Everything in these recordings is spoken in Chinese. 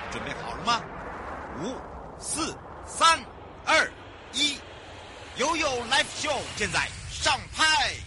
准备好了吗？5、4、3、2、1，悠悠 Live Show 现在上拍。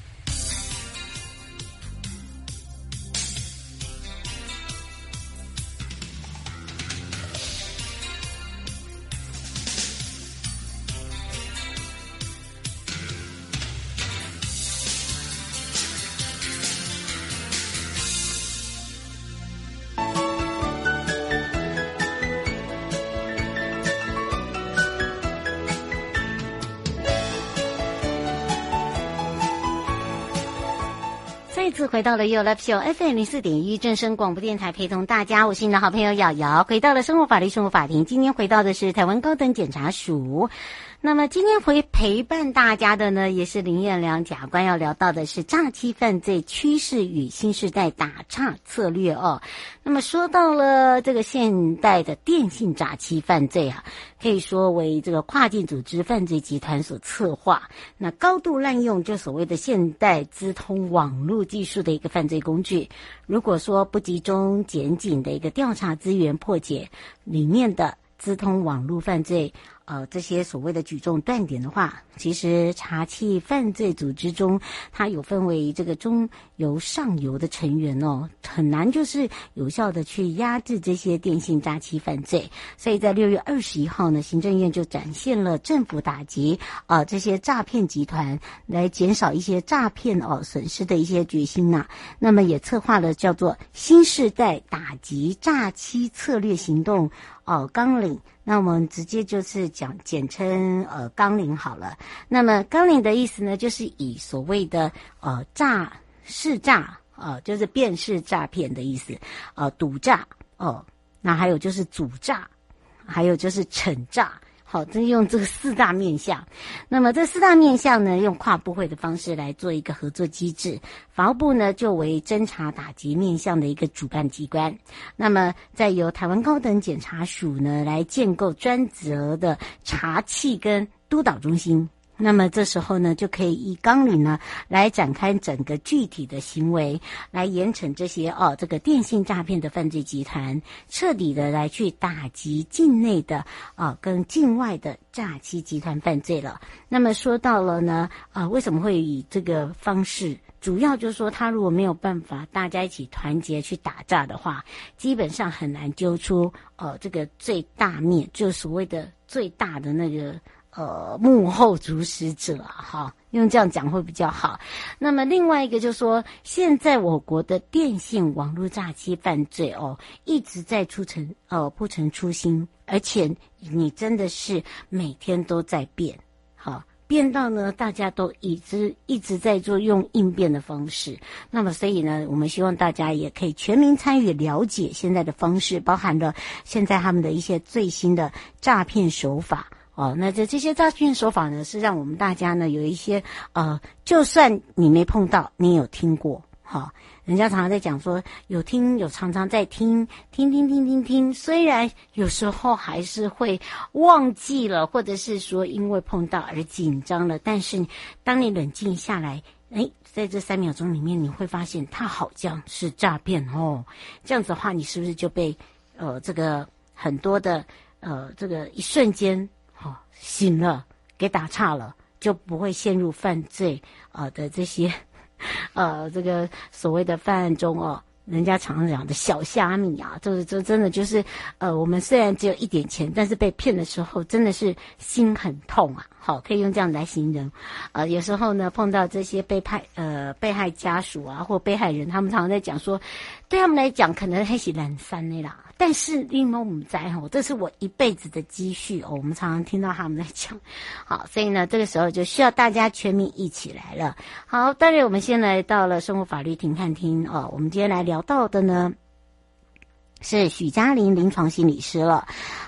再次回到了悠悠 Live Show FM 04.1正声广播电台，陪同大家，我是你的好朋友瑶瑶。回到了生活法律生活法庭，今天回到的是台湾高等检察署。那么今天陪伴大家的呢，也是林彦良检察官，要聊到的是诈欺犯罪趋势与新时代打诈策略哦。那么说到了这个现代的电信诈欺犯罪啊，可以说为这个跨境组织犯罪集团所策划，那高度滥用就所谓的现代资通网络技术的一个犯罪工具。如果说不集中检警的一个调查资源破解里面的资通网络犯罪这些所谓的举重断点的话，其实查缉犯罪组织中，它有分为这个中游、上游的成员哦，很难就是有效的去压制这些电信诈欺犯罪。所以在6月21号呢，行政院就展现了政府打击这些诈骗集团，来减少一些诈骗损失的一些决心呐。那么也策划了叫做新世代打击诈欺策略行动纲领。那我们直接就是简称纲领好了。那么纲领的意思呢，就是以所谓的识诈就是辨识诈骗的意思，赌诈那还有就是阻诈，还有就是惩诈。好，这用这个4大面向。那么这4大面向呢，用跨部会的方式来做一个合作机制。法务部呢就为侦查打击面向的一个主办机关。那么再由台湾高等检察署呢来建构专责的查缉跟督导中心。那么这时候呢，就可以依纲领呢来展开整个具体的行为，来严惩这些这个电信诈骗的犯罪集团，彻底的来去打击境内的跟境外的诈欺集团犯罪了。那么说到了呢为什么会以这个方式？主要就是说，他如果没有办法大家一起团结去打诈的话，基本上很难揪出这个最大面，就所谓的最大的那个幕后主使者哈，用这样讲会比较好。那么另外一个就是说，现在我国的电信网络诈欺犯罪一直在不成初心，而且你真的是每天都在变，好。变到呢，大家都一直在做用应变的方式。那么，所以呢，我们希望大家也可以全民参与了解现在的方式，包含了现在他们的一些最新的诈骗手法。那这些诈骗手法呢，是让我们大家呢有一些就算你没碰到，你也有听过。人家常常在讲说有常常在听，虽然有时候还是会忘记了，或者是说因为碰到而紧张了，但是当你冷静下来，在这3秒钟里面，你会发现它好像是诈骗这样子的话，你是不是就被这个很多的这个一瞬间醒了，给打岔了，就不会陷入犯罪的这些这个所谓的犯案中人家常常讲的小虾米这真的就是我们虽然只有一点钱，但是被骗的时候真的是心很痛好，可以用这样来形容。有时候呢，碰到这些被害家属或被害人，他们常常在讲说，对他们来讲可能还是懒散的啦，但是因为我们在这是我一辈子的积蓄我们常常听到他们在讲。好，所以呢，这个时候就需要大家全民一起来了。好，当然我们先来到了生活法律庭看厅我们今天来聊到的呢是许嘉玲临床心理师了。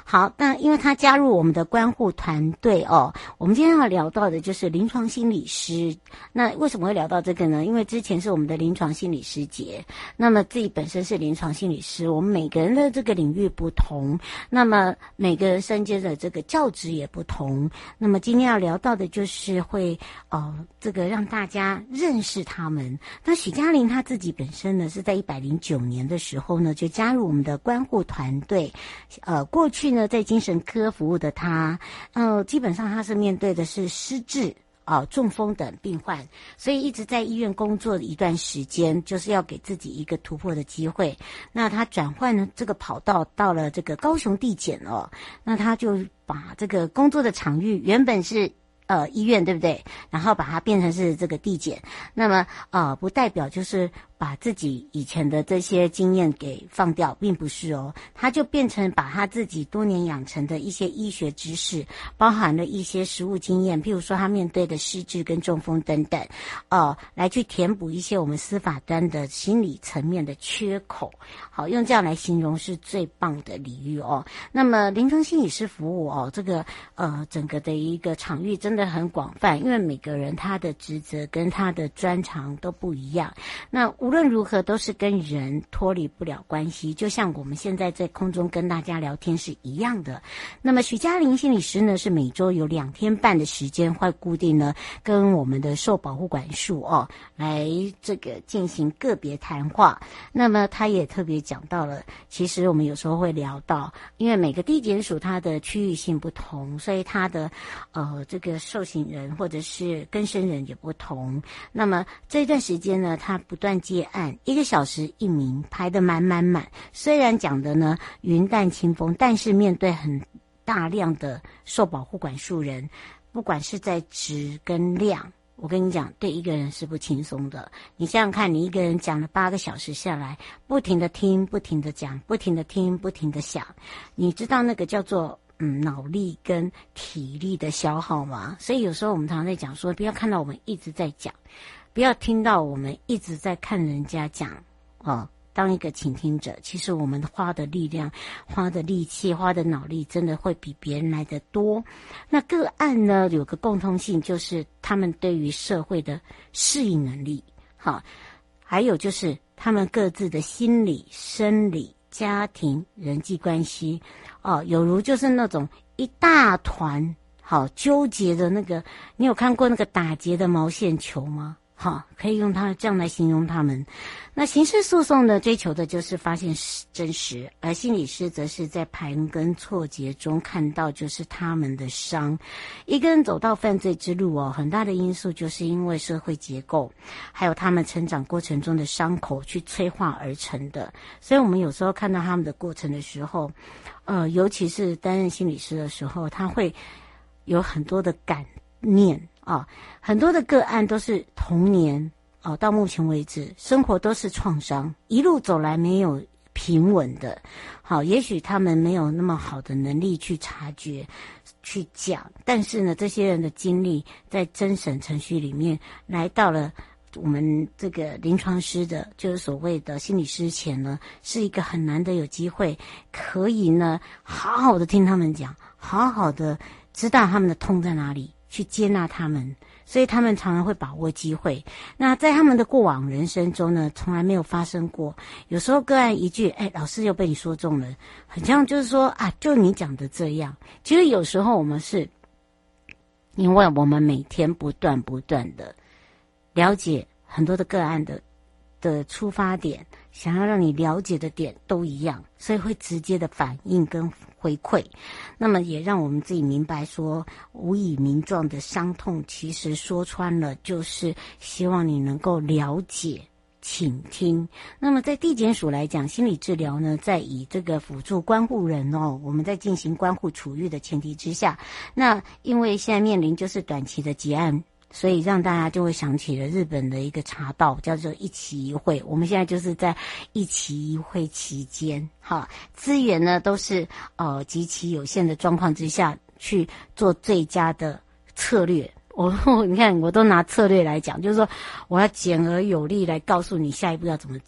好，那因为他加入我们的关护团队哦，我们今天要聊到的就是临床心理师。那为什么会聊到这个呢？因为之前是我们的临床心理师节，那么自己本身是临床心理师，我们每个人的这个领域不同，那么每个人身兼的这个教职也不同。那么今天要聊到的就是会这个让大家认识他们。那许嘉玲她自己本身呢是在109年的时候呢就加入我们的关护团队，过去呢在精神科服务的她，基本上她是面对的是失智中风等病患，所以一直在医院工作的一段时间，就是要给自己一个突破的机会。那他转换呢这个跑道到了这个高雄地检那他就把这个工作的场域原本是医院，对不对？然后把它变成是这个地检。那么不代表就是把自己以前的这些经验给放掉，并不是他就变成把他自己多年养成的一些医学知识，包含了一些实务经验，譬如说他面对的失智跟中风等等来去填补一些我们司法端的心理层面的缺口。好，用这样来形容是最棒的比喻那么临床心理师服务这个整个的一个场域真的很广泛，因为每个人他的职责跟他的专长都不一样，那无论如何都是跟人脱离不了关系，就像我们现在在空中跟大家聊天是一样的。那么许嘉玲心理师呢是每周有2天半的时间会固定呢跟我们的受保护管束来这个进行个别谈话。那么他也特别讲到了，其实我们有时候会聊到，因为每个地检署它的区域性不同，所以它的这个受刑人或者是更生人也不同。那么这段时间呢他不断接案，1个小时1名，排得满。虽然讲的呢云淡清风，但是面对很大量的受保护管束人，不管是在质跟量，我跟你讲，对一个人是不轻松的。你想想看，你一个人讲了8个小时下来，不停的听，不停的讲，不停的听，不停的想，你知道那个叫做脑力跟体力的消耗吗？所以有时候我们常常在讲说，不要看到我们一直在讲，不要听到我们一直在看人家讲当一个倾听者，其实我们花的力量、花的力气、花的脑力真的会比别人来得多。那个案呢有个共通性，就是他们对于社会的适应能力还有就是他们各自的心理、生理、家庭、人际关系有如就是那种一大团纠结的那个，你有看过那个打结的毛线球吗？可以用它这样来形容他们。那刑事诉讼呢，追求的就是发现真实，而心理师则是在盘根错节中看到就是他们的伤。一个人走到犯罪之路很大的因素就是因为社会结构，还有他们成长过程中的伤口去催化而成的。所以我们有时候看到他们的过程的时候，尤其是担任心理师的时候，他会有很多的感念很多的个案都是童年到目前为止生活都是创伤，一路走来没有平稳的也许他们没有那么好的能力去察觉去讲，但是呢这些人的经历在侦审程序里面来到了我们这个临床师的就是所谓的心理师前呢，是一个很难得有机会可以呢好好的听他们讲，好好的知道他们的痛在哪里，去接纳他们，所以他们常常会把握机会。那在他们的过往人生中呢，从来没有发生过。有时候个案一句老师又被你说中了，很像就是说就你讲的这样。其实有时候我们是因为我们每天不断的了解很多的个案的出发点，想要让你了解的点都一样，所以会直接的反应跟回馈。那么也让我们自己明白说，无以名状的伤痛其实说穿了就是希望你能够了解倾听。那么在地检署来讲，心理治疗呢，在以这个辅助关护人我们在进行关护处遇的前提之下，那因为现在面临就是短期的结案，所以让大家就会想起了日本的一个茶道叫做一期一会。我们现在就是在一期一会期间资源呢都是极其有限的状况之下去做最佳的策略。你看我都拿策略来讲，就是说我要简而有力来告诉你下一步要怎么走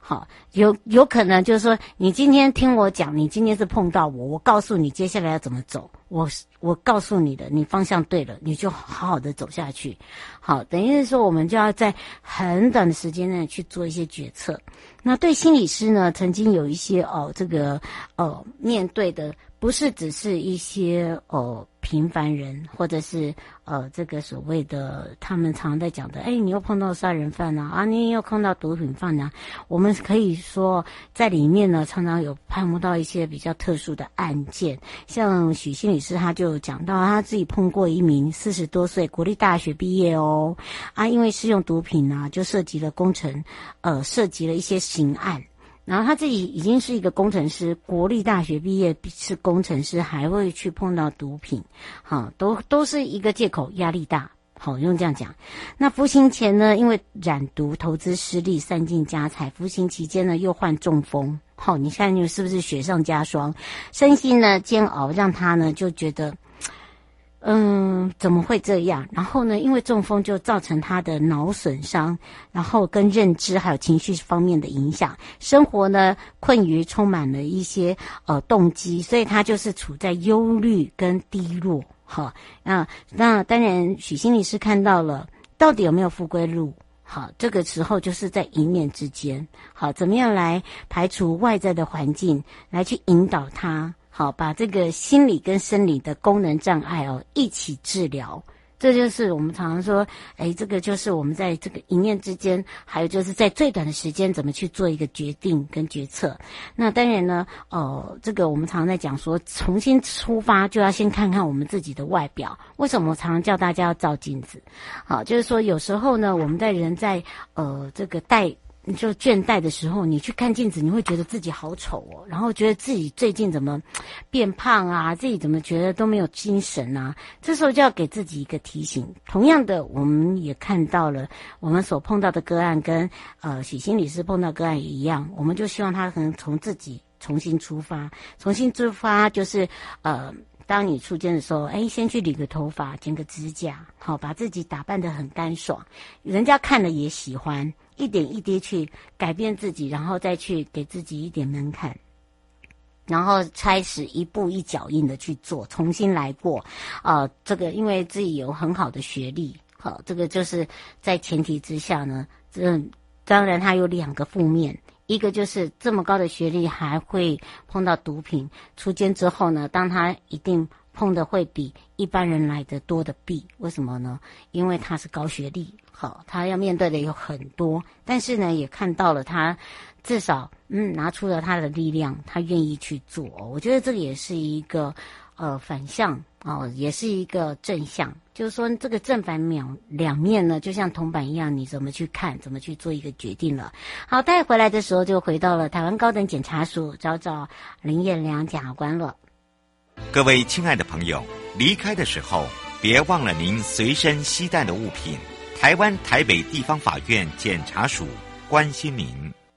好，有可能就是说，你今天听我讲，你今天是碰到我告诉你接下来要怎么走，我告诉你的，你方向对了，你就好好的走下去。好，等于是说我们就要在很短的时间内去做一些决策。那对心理师呢，曾经有一些面对的不是只是一些平凡人，或者是这个所谓的他们常在讲的，你又碰到杀人犯啊，你又碰到毒品犯啊，我们可以说在里面呢，常常有碰不到一些比较特殊的案件。像许心理师他就讲到，他自己碰过一名40多岁国立大学毕业因为使用毒品啊，就涉及了工程，涉及了一些刑案。然后他自己已经是一个工程师，国立大学毕业是工程师，还会去碰到毒品，都是一个借口，压力大。好，用这样讲。那服刑前呢，因为染毒、投资失利、散尽家财，服刑期间呢又患中风。好，你看你是不是雪上加霜？身心呢煎熬，让他呢就觉得。怎么会这样？然后呢，因为中风就造成他的脑损伤，然后跟认知还有情绪方面的影响，生活呢困于充满了一些动机，所以他就是处在忧虑跟低落。好，那当然许心理师看到了，到底有没有复归路？好，这个时候就是在一念之间。好，怎么样来排除外在的环境，来去引导他？好，把这个心理跟生理的功能障碍一起治疗，这就是我们常常说，这个就是我们在这个一念之间，还有就是在最短的时间怎么去做一个决定跟决策。那当然呢，这个我们常常在讲说，重新出发就要先看看我们自己的外表。为什么我常常叫大家要照镜子？好，就是说有时候呢，我们人在这个你就倦怠的时候，你去看镜子，你会觉得自己好丑然后觉得自己最近怎么变胖啊，自己怎么觉得都没有精神啊，这时候就要给自己一个提醒。同样的，我们也看到了我们所碰到的个案跟许心理师碰到个案也一样，我们就希望他可能从自己重新出发就是当你出监的时候，先去理个头发，剪个指甲，好，把自己打扮得很干爽，人家看了也喜欢，一点一滴去改变自己，然后再去给自己一点门槛，然后开始一步一脚印的去做，重新来过。这个因为自己有很好的学历，好，这个就是在前提之下呢，当然它有2个负面。一个就是这么高的学历还会碰到毒品，出监之后呢，当他一定碰的会比一般人来的多的弊。为什么呢？因为他是高学历，好，他要面对的有很多，但是呢，也看到了他至少拿出了他的力量，他愿意去做。我觉得这个也是一个反向也是一个正向，就是说这个正反两面呢，就像铜板一样，你怎么去看，怎么去做一个决定了。好，带回来的时候就回到了台湾高等检察署找林彦良检察官了。 各位亲爱的朋友，离开的时候别忘了您随身携带的物品。台湾台北地方法院检察署关心您。